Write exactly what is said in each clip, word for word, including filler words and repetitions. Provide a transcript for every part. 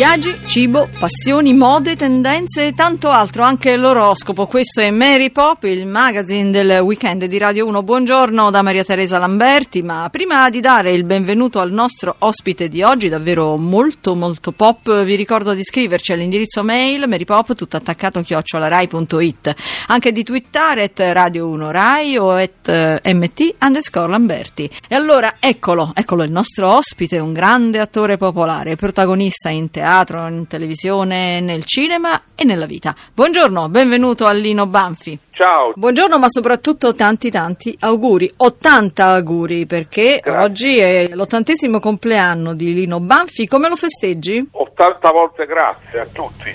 Viaggi, cibo, passioni, mode, tendenze e tanto altro, anche l'oroscopo. Questo è Mary Pop, il magazine del weekend di Radio uno. Buongiorno da Maria Teresa Lamberti, ma prima di dare il benvenuto al nostro ospite di oggi, davvero molto molto pop, vi ricordo di scriverci all'indirizzo mail marypop tutto attaccato chiocciola rai punto it, anche di twittare at Radio uno Rai o at mt underscore Lamberti. E allora eccolo, eccolo il nostro ospite, un grande attore popolare, protagonista in teatro, in televisione, nel cinema e nella vita. Buongiorno, benvenuto a Lino Banfi. Ciao. Buongiorno, ma soprattutto tanti tanti auguri, ottanta auguri, perché Grazie. Oggi è l'ottantesimo compleanno di Lino Banfi. Come lo festeggi? ottanta volte grazie a tutti.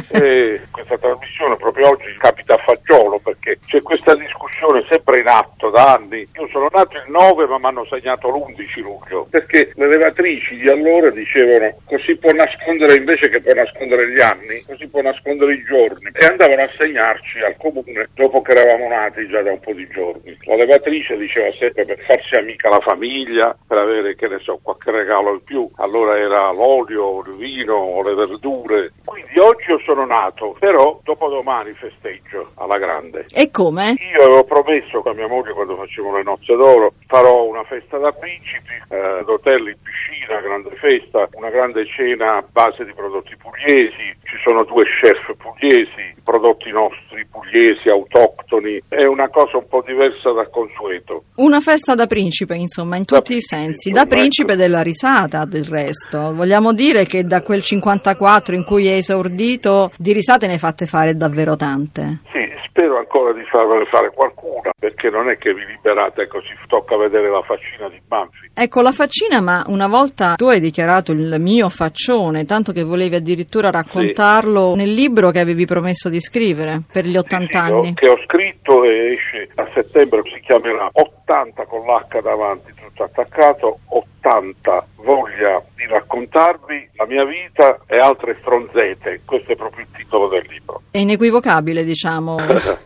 E questa trasmissione proprio oggi capita a fagiolo, perché c'è questa discussione sempre in atto da anni. Io sono nato il nove, ma mi hanno segnato l'undici luglio, perché le levatrici di allora dicevano così può nascondere, invece che può nascondere gli anni, così può nascondere i giorni, e andavano a segnarci al comune dopo che eravamo nati già da un po' di giorni. La levatrice diceva sempre per farsi amica la famiglia, per avere, che ne so, qualche regalo in più. Allora era l'olio, il vino o le verdure. Quindi oggi io sono nato, però dopodomani festeggio alla grande. E come? Io avevo promesso con mia moglie, quando facevamo le nozze d'oro, farò una festa da principi, eh, d'hotel in piscina, grande festa, una grande cena a base di prodotti pugliesi. Ci sono due chef pugliesi, prodotti nostri pugliesi, autoctoni. È una cosa un po' diversa dal consueto. Una festa da principe, insomma, in tutti da i sensi. Insomma, da principe ecco. Della risata, del resto. Vogliamo dire che da quel cinquantaquattro in cui hai esordito, di risate ne hai fatte fare davvero tante. Sì, spero ancora di farvene fare qualcuna, perché non è che vi liberate e così tocca vedere la faccina di Banfi. Ecco, la faccina, ma una volta tu hai dichiarato il mio faccione, tanto che volevi addirittura raccontarlo sì. Nel libro che avevi promesso di scrivere per gli ottanta sì, sì, anni. Che ho scritto e esce a settembre, si chiamerà ottanta con l'H davanti, tutto attaccato, ottanta, voglia di raccontarvi la mia vita e altre stronzette. Questo è proprio il titolo del libro. È inequivocabile, diciamo,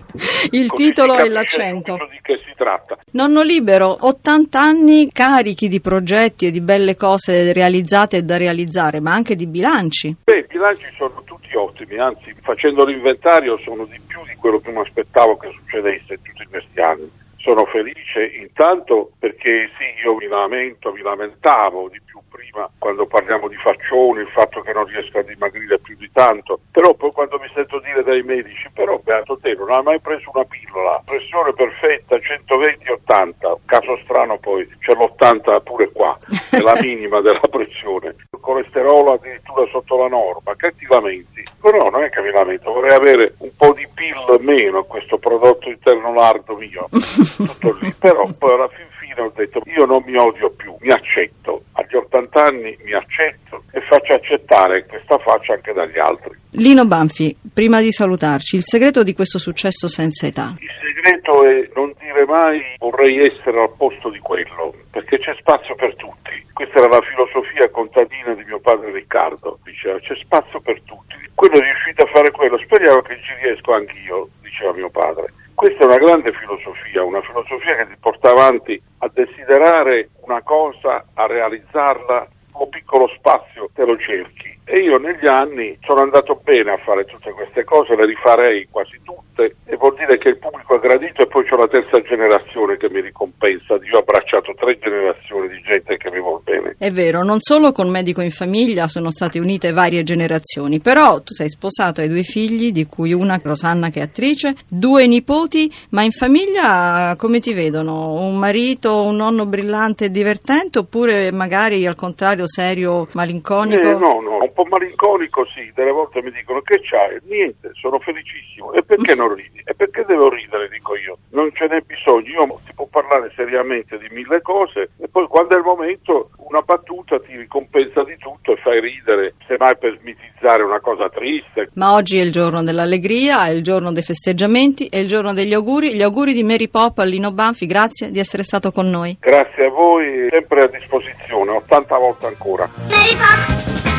il titolo e l'accento. Di che si tratta. Nonno Libero, ottanta anni carichi di progetti e di belle cose realizzate e da realizzare, ma anche di bilanci. Beh, i bilanci sono tutti ottimi, anzi, facendo l'inventario sono di più di quello che mi aspettavo che succedesse in tutti questi anni. Sono felice intanto perché sì, io mi lamento, mi lamentavo di più prima quando parliamo di faccioni, il fatto che non riesco a dimagrire più di tanto, però poi quando mi sento dire dai medici, però beato te, non hai mai preso una pillola, pressione perfetta, centoventi ottanta, caso strano poi c'è l'ottanta pure qua, è la minima della pressione, il colesterolo addirittura sotto la norma, che ti lamenti? No, non è che mi lamento, vorrei avere un po' di pill meno questo prodotto interno lardo mio, tutto lì, però poi alla fin fine ho detto io non mi odio più, mi accetto, agli ottanta anni mi accetto e faccio accettare questa faccia anche dagli altri. Lino Banfi, prima di salutarci, il segreto di questo successo senza età? Il segreto è non dire mai vorrei essere al posto di quello, perché c'è spazio per tutti. Questa era la filosofia contadina di mio padre Riccardo, diceva c'è spazio per tutti. Quello è riuscito a fare quello, speriamo che ci riesco anch'io, diceva mio padre. Questa è una grande filosofia, una filosofia che ti porta avanti a desiderare una cosa, a realizzarla, un piccolo spazio te lo cerchi. E io negli anni sono andato bene a fare tutte queste cose, le rifarei quasi tutte, e vuol dire che il pubblico ha gradito, e poi c'ho la terza generazione che mi ricompensa. Io ho abbracciato tre generazioni di gente che mi vuol bene. È vero, non solo con Medico in Famiglia sono state unite varie generazioni, però tu sei sposato, hai due figli, di cui una Rosanna che è attrice, due nipoti, ma in famiglia come ti vedono? Un marito, un nonno brillante e divertente, oppure magari al contrario serio, malinconico? Eh, no, no, un po' malinconico sì, delle volte mi dicono che c'hai? Niente, sono felicissimo. E perché non ridi? E perché devo ridere, dico io? Non ce n'è bisogno, io si può parlare seriamente di mille cose e poi quando è il momento una battuta ti ricompensa di tutto e fai ridere, semmai per smitizzare una cosa triste. Ma oggi è il giorno dell'allegria, è il giorno dei festeggiamenti, è il giorno degli auguri, gli auguri di Mary Pop a Lino Banfi, grazie di essere stato con noi. Grazie a voi, sempre a disposizione, ottanta volte ancora. Mary Pop.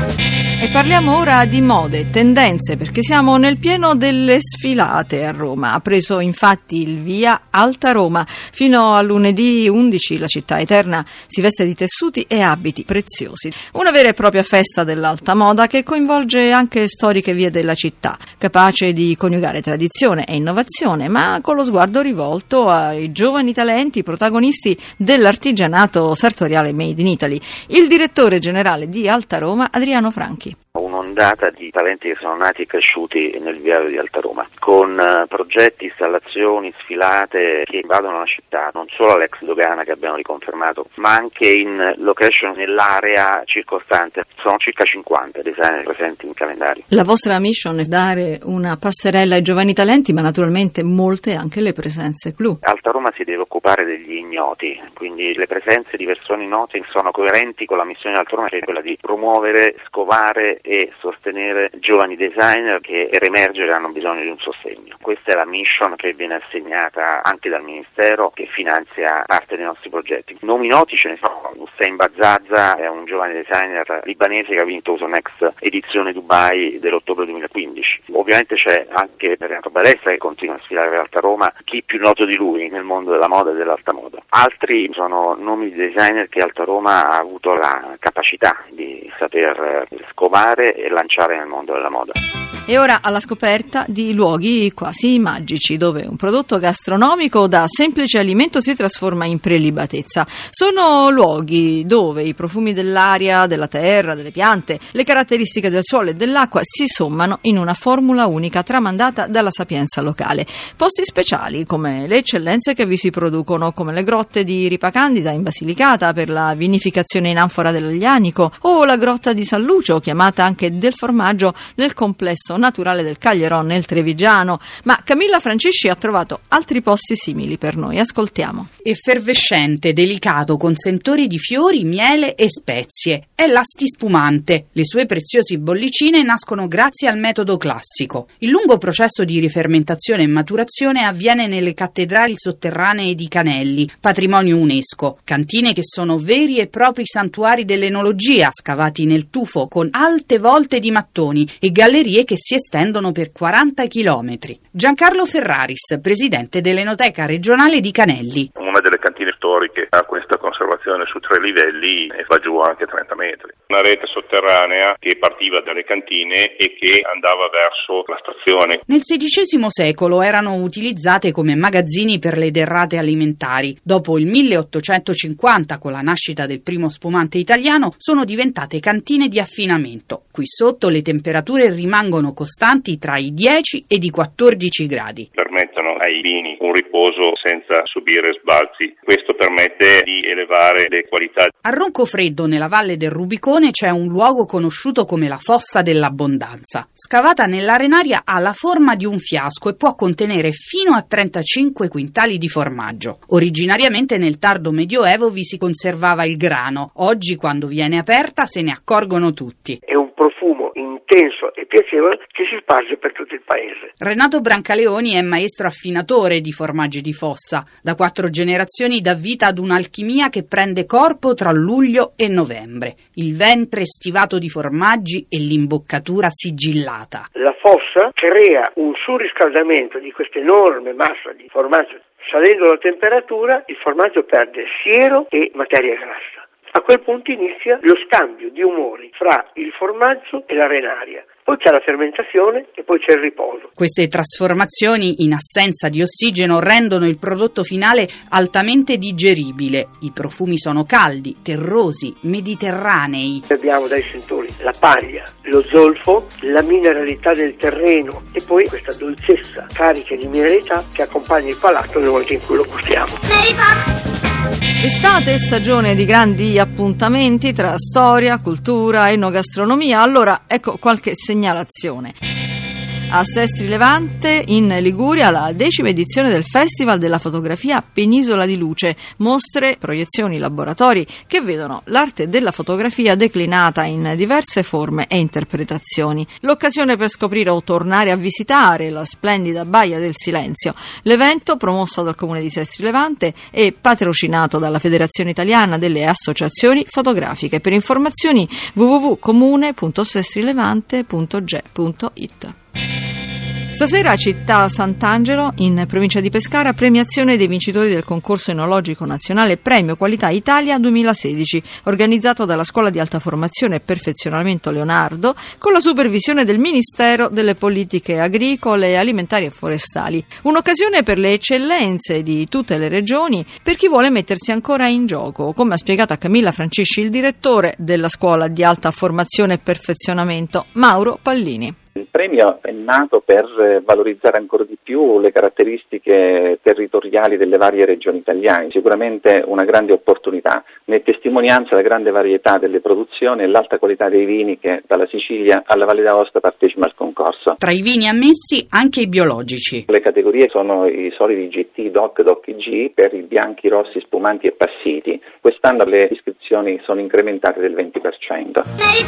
E parliamo ora di mode, tendenze, perché siamo nel pieno delle sfilate a Roma. Ha preso infatti il via Alta Roma. Fino a lunedì undici la città eterna si veste di tessuti e abiti preziosi. Una vera e propria festa dell'alta moda che coinvolge anche storiche vie della città, capace di coniugare tradizione e innovazione, ma con lo sguardo rivolto ai giovani talenti protagonisti dell'artigianato sartoriale Made in Italy. Il direttore generale di Alta Roma, Adriano Franchi. Un'ondata di talenti che sono nati e cresciuti nel viario di Alta Roma, con uh, progetti, installazioni, sfilate che invadono la città, non solo all'ex dogana che abbiamo riconfermato, ma anche in location nell'area circostante. Sono circa cinquanta designer presenti in calendario. La vostra mission è dare una passerella ai giovani talenti, ma naturalmente molte anche le presenze clou. Alta Roma si deve occupare degli ignoti, quindi le presenze di persone note sono coerenti con la missione di Alta Roma, che è quella di promuovere, scovare e sostenere giovani designer che per emergere hanno bisogno di un sostegno. Questa è la mission che viene assegnata anche dal Ministero, che finanzia parte dei nostri progetti. Nomi noti ce ne sono. Hussein Bazzaza è un giovane designer libanese che ha vinto Usonext edizione Dubai dell'ottobre duemilaquindici. Ovviamente c'è anche Renato Balestra che continua a sfilare per Alta Roma, chi più noto di lui nel mondo della moda e dell'alta moda. Altri sono nomi di designer che Alta Roma ha avuto la capacità di saper scovare e lanciare nel mondo della moda. E ora alla scoperta di luoghi quasi magici, dove un prodotto gastronomico da semplice alimento si trasforma in prelibatezza. Sono luoghi dove i profumi dell'aria, della terra, delle piante, le caratteristiche del suolo e dell'acqua si sommano in una formula unica tramandata dalla sapienza locale. Posti speciali come le eccellenze che vi si producono, come le grotte di Ripa Candida in Basilicata per la vinificazione in anfora dell'Aglianico, o la grotta di San Lucio, chiamata anche del formaggio, nel complesso naturale del Caglieron nel Trevigiano. Ma Camilla Francisci ha trovato altri posti simili per noi. Ascoltiamo. Effervescente, delicato, con sentori di fiori, miele e spezie. È l'Asti Spumante. Le sue preziose bollicine nascono grazie al metodo classico. Il lungo processo di rifermentazione e maturazione avviene nelle cattedrali sotterranee di Canelli, patrimonio UNESCO. Cantine che sono veri e propri santuari dell'enologia, scavati nel tufo con alte volte di mattoni e gallerie che si estendono per quaranta chilometri. Giancarlo Ferraris, presidente dell'Enoteca regionale di Canelli. Una delle cantine storiche ha questa conservazione su tre livelli e va giù anche trenta metri. Una rete sotterranea che partiva dalle cantine e che andava verso la stazione. Nel sedicesimo secolo erano utilizzate come magazzini per le derrate alimentari. Dopo il milleottocentocinquanta, con la nascita del primo spumante italiano, sono diventate cantine di affinamento. Qui sotto le temperature rimangono costanti tra i dieci ed i quattordici gradi. Permettono ai vini un riposo senza subire sbalzi. Questo permette di elevare le qualità. A Roncofreddo, nella valle del Rubicone, c'è un luogo conosciuto come la Fossa dell'Abbondanza. Scavata nell'arenaria, ha la forma di un fiasco e può contenere fino a trentacinque quintali di formaggio. Originariamente nel tardo Medioevo vi si conservava il grano. Oggi, quando viene aperta, se ne accorgono tutti. È un profumo intenso e piacevole che si sparge per tutto il paese. Renato Brancaleoni è maestro affinatore di formaggi di fossa. Da quattro generazioni dà vita ad un'alchimia che prende corpo tra luglio e novembre. Il ventre stivato di formaggi e l'imboccatura sigillata. La fossa crea un surriscaldamento di questa enorme massa di formaggio. Salendo la temperatura, il formaggio perde siero e materia grassa. A quel punto inizia lo scambio di umori fra il formaggio e l'arenaria. Poi c'è la fermentazione e poi c'è il riposo. Queste trasformazioni, in assenza di ossigeno, rendono il prodotto finale altamente digeribile. I profumi sono caldi, terrosi, mediterranei. Abbiamo dai sentori la paglia, lo zolfo, la mineralità del terreno e poi questa dolcezza carica di mineralità che accompagna il palato nel momento in cui lo gustiamo. Estate, stagione di grandi appuntamenti tra storia, cultura, enogastronomia. Allora, ecco qualche segnalazione. A Sestri Levante, in Liguria, la decima edizione del Festival della fotografia Penisola di Luce. Mostre, proiezioni, laboratori che vedono l'arte della fotografia declinata in diverse forme e interpretazioni. L'occasione per scoprire o tornare a visitare la splendida Baia del Silenzio. L'evento, promosso dal Comune di Sestri Levante e patrocinato dalla Federazione Italiana delle Associazioni Fotografiche. Per informazioni w w w punto comune punto sestrilevante punto ge punto it. Stasera a Città Sant'Angelo, in provincia di Pescara, premiazione dei vincitori del concorso enologico nazionale Premio Qualità Italia duemilasedici, organizzato dalla Scuola di Alta Formazione e Perfezionamento Leonardo, con la supervisione del Ministero delle Politiche Agricole, Alimentari e Forestali. Un'occasione per le eccellenze di tutte le regioni, per chi vuole mettersi ancora in gioco, come ha spiegato a Camilla Francisci il direttore della Scuola di Alta Formazione e Perfezionamento, Mauro Pallini. Il premio è nato per valorizzare ancora di più le caratteristiche territoriali delle varie regioni italiane, sicuramente una grande opportunità, ne è testimonianza la grande varietà delle produzioni e l'alta qualità dei vini che dalla Sicilia alla Valle d'Aosta partecipa al concorso. Tra i vini ammessi anche i biologici. Le categorie sono i solidi G T, D O C, D O C G per i bianchi, rossi, spumanti e passiti. Quest'anno le iscrizioni sono incrementate del venti per cento.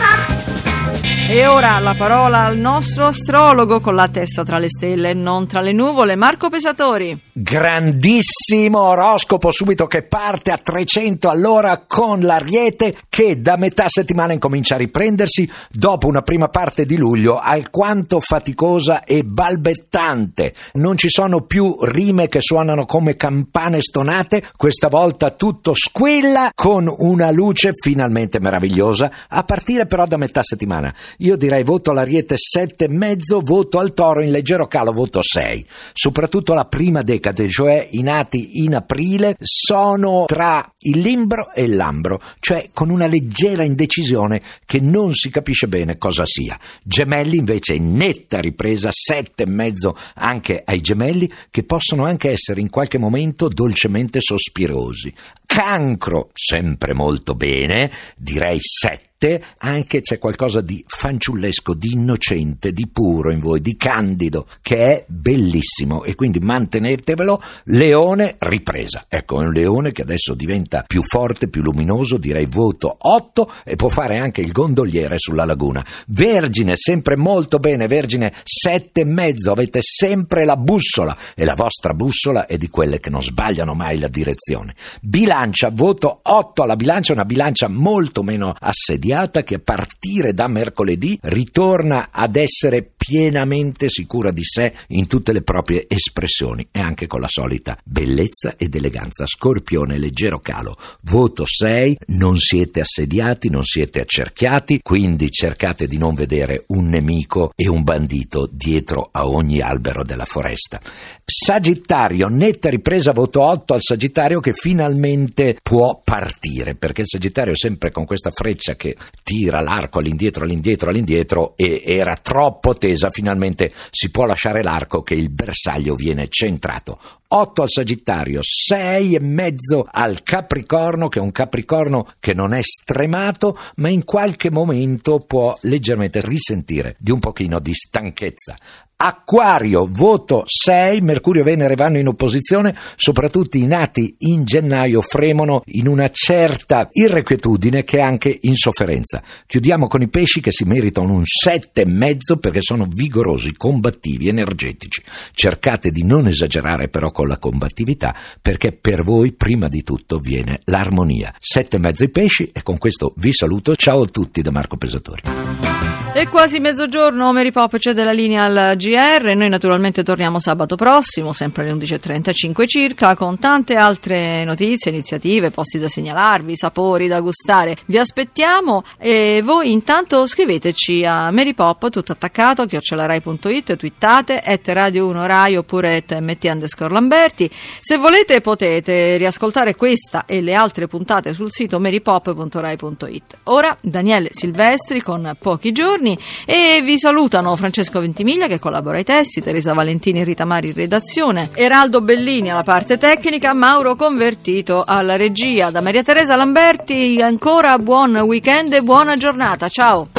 E ora la parola al nostro astrologo con la testa tra le stelle e non tra le nuvole, Marco Pesatori. Grandissimo oroscopo subito che parte a trecento all'ora con l'Ariete, che da metà settimana incomincia a riprendersi dopo una prima parte di luglio alquanto faticosa e balbettante. Non ci sono più rime che suonano come campane stonate, questa volta tutto squilla con una luce finalmente meravigliosa, a partire però da metà settimana. Io direi voto all'Ariete sette e mezzo, voto al Toro in leggero calo, voto sei. Soprattutto la prima decade, cioè i nati in aprile, sono tra il Limbro e il Lambro, cioè con una leggera indecisione che non si capisce bene cosa sia. Gemelli invece in netta ripresa, sette e mezzo anche ai Gemelli, che possono anche essere in qualche momento dolcemente sospirosi. Cancro, sempre molto bene, direi sette. Anche c'è qualcosa di fanciullesco, di innocente, di puro in voi, di candido, che è bellissimo, e quindi mantenetevelo. Leone, ripresa. Ecco, è un leone che adesso diventa più forte, più luminoso, direi voto otto, e può fare anche il gondoliere sulla laguna. Vergine, sempre molto bene, Vergine sette e mezzo, avete sempre la bussola, e la vostra bussola è di quelle che non sbagliano mai la direzione. Bilancia, voto otto alla Bilancia, una Bilancia molto meno assediata, che a partire da mercoledì ritorna ad essere pienamente sicura di sé in tutte le proprie espressioni e anche con la solita bellezza ed eleganza. Scorpione, leggero calo, voto sei, non siete assediati, non siete accerchiati, quindi cercate di non vedere un nemico e un bandito dietro a ogni albero della foresta. Sagittario, netta ripresa, voto otto al Sagittario, che finalmente può partire, perché il Sagittario è sempre con questa freccia che tira l'arco all'indietro, all'indietro, all'indietro, e era troppo tesa, finalmente si può lasciare l'arco che il bersaglio viene centrato. otto al Sagittario, sei e mezzo al Capricorno, che è un Capricorno che non è stremato, ma in qualche momento può leggermente risentire di un pochino di stanchezza. Acquario, voto sei, Mercurio e Venere vanno in opposizione, soprattutto i nati in gennaio fremono in una certa irrequietudine che è anche insofferenza. Chiudiamo con i pesci, che si meritano un sette e mezzo perché sono vigorosi, combattivi, energetici. Cercate di non esagerare però con la combattività, perché per voi prima di tutto viene l'armonia. Sette e mezzo i pesci, e con questo vi saluto. Ciao a tutti da Marco Pesatori. È quasi mezzogiorno, Mary Pop c'è della linea al G R. Noi naturalmente torniamo sabato prossimo, sempre alle undici e trentacinque circa, con tante altre notizie, iniziative, posti da segnalarvi, sapori da gustare. Vi aspettiamo, e voi intanto scriveteci a Mary Pop, tutto attaccato, chiocciolarai punto it, twittate, et Radio uno Rai oppure et mt underscore Lamberti. Se volete potete riascoltare questa e le altre puntate sul sito marypop punto rai punto it. Ora Daniele Silvestri con Pochi Giorni, e vi salutano Francesco Ventimiglia che collabora ai testi, Teresa Valentini e Rita Mari in redazione, Eraldo Bellini alla parte tecnica, Mauro Convertito alla regia. Da Maria Teresa Lamberti ancora buon weekend e buona giornata, ciao!